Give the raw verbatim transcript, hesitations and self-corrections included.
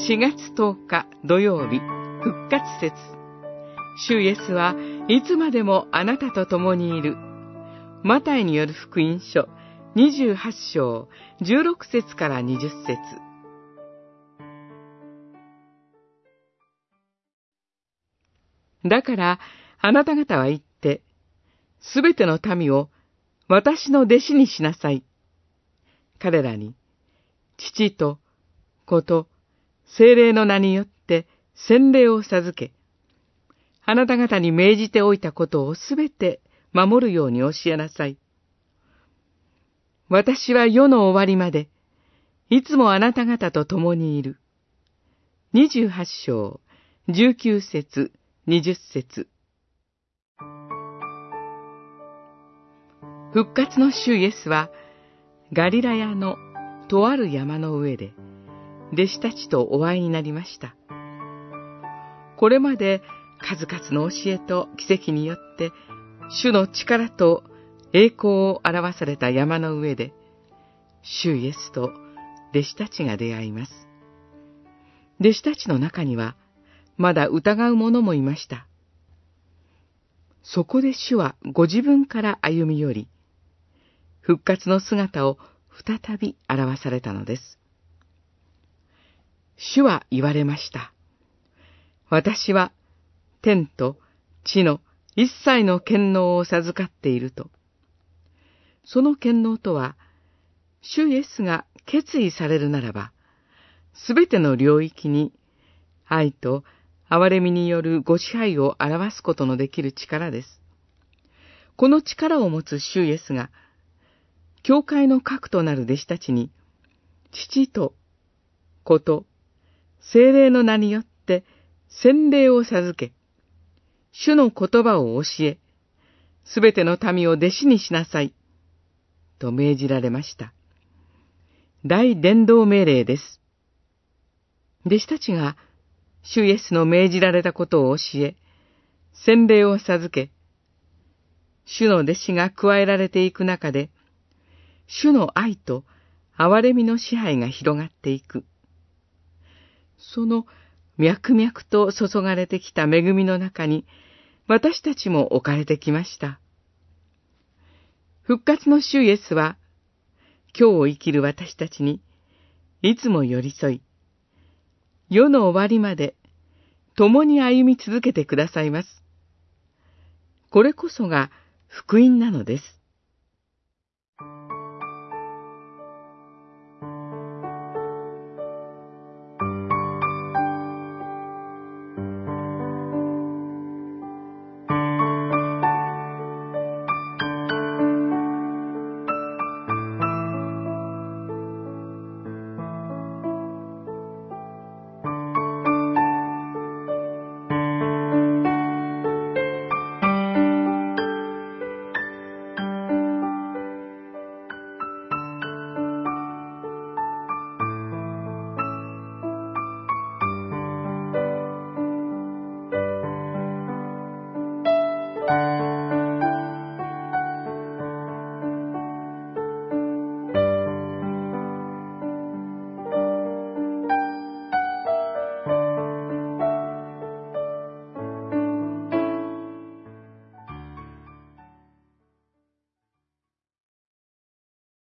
しがつとおか土曜日、復活節。主イエスはいつまでもあなたと共にいる。マタイによる福音書にじゅうはちしょうじゅうろくせつからにじゅっせつ。だからあなた方は言って、すべての民を私の弟子にしなさい。彼らに父と子と聖霊の名によって洗礼を授け、あなた方に命じておいたことをすべて守るように教えなさい。私は世の終わりまで、いつもあなた方と共にいる。にじゅうはちしょうじゅうきゅうせつ、にじゅっせつ。復活の主イエスは、ガリラヤのとある山の上で、弟子たちとお会いになりました。これまで数々の教えと奇跡によって、主の力と栄光を表された山の上で、主イエスと弟子たちが出会います。弟子たちの中には、まだ疑う者もいました。そこで主はご自分から歩み寄り、復活の姿を再び表されたのです。主は言われました。私は天と地の一切の権能を授かっていると。その権能とは、主イエスが決意されるならば、すべての領域に愛と憐れみによるご支配を表すことのできる力です。この力を持つ主イエスが、教会の核となる弟子たちに、父と子と聖霊の名によって洗礼を授け、主の言葉を教え、すべての民を弟子にしなさい、と命じられました。大伝道命令です。弟子たちが主イエスの命じられたことを教え、洗礼を授け、主の弟子が加えられていく中で、主の愛と憐れみの支配が広がっていく。その脈々と注がれてきた恵みの中に、私たちも置かれてきました。復活の主イエスは、今日を生きる私たちに、いつも寄り添い、世の終わりまで共に歩み続けてくださいます。これこそが福音なのです。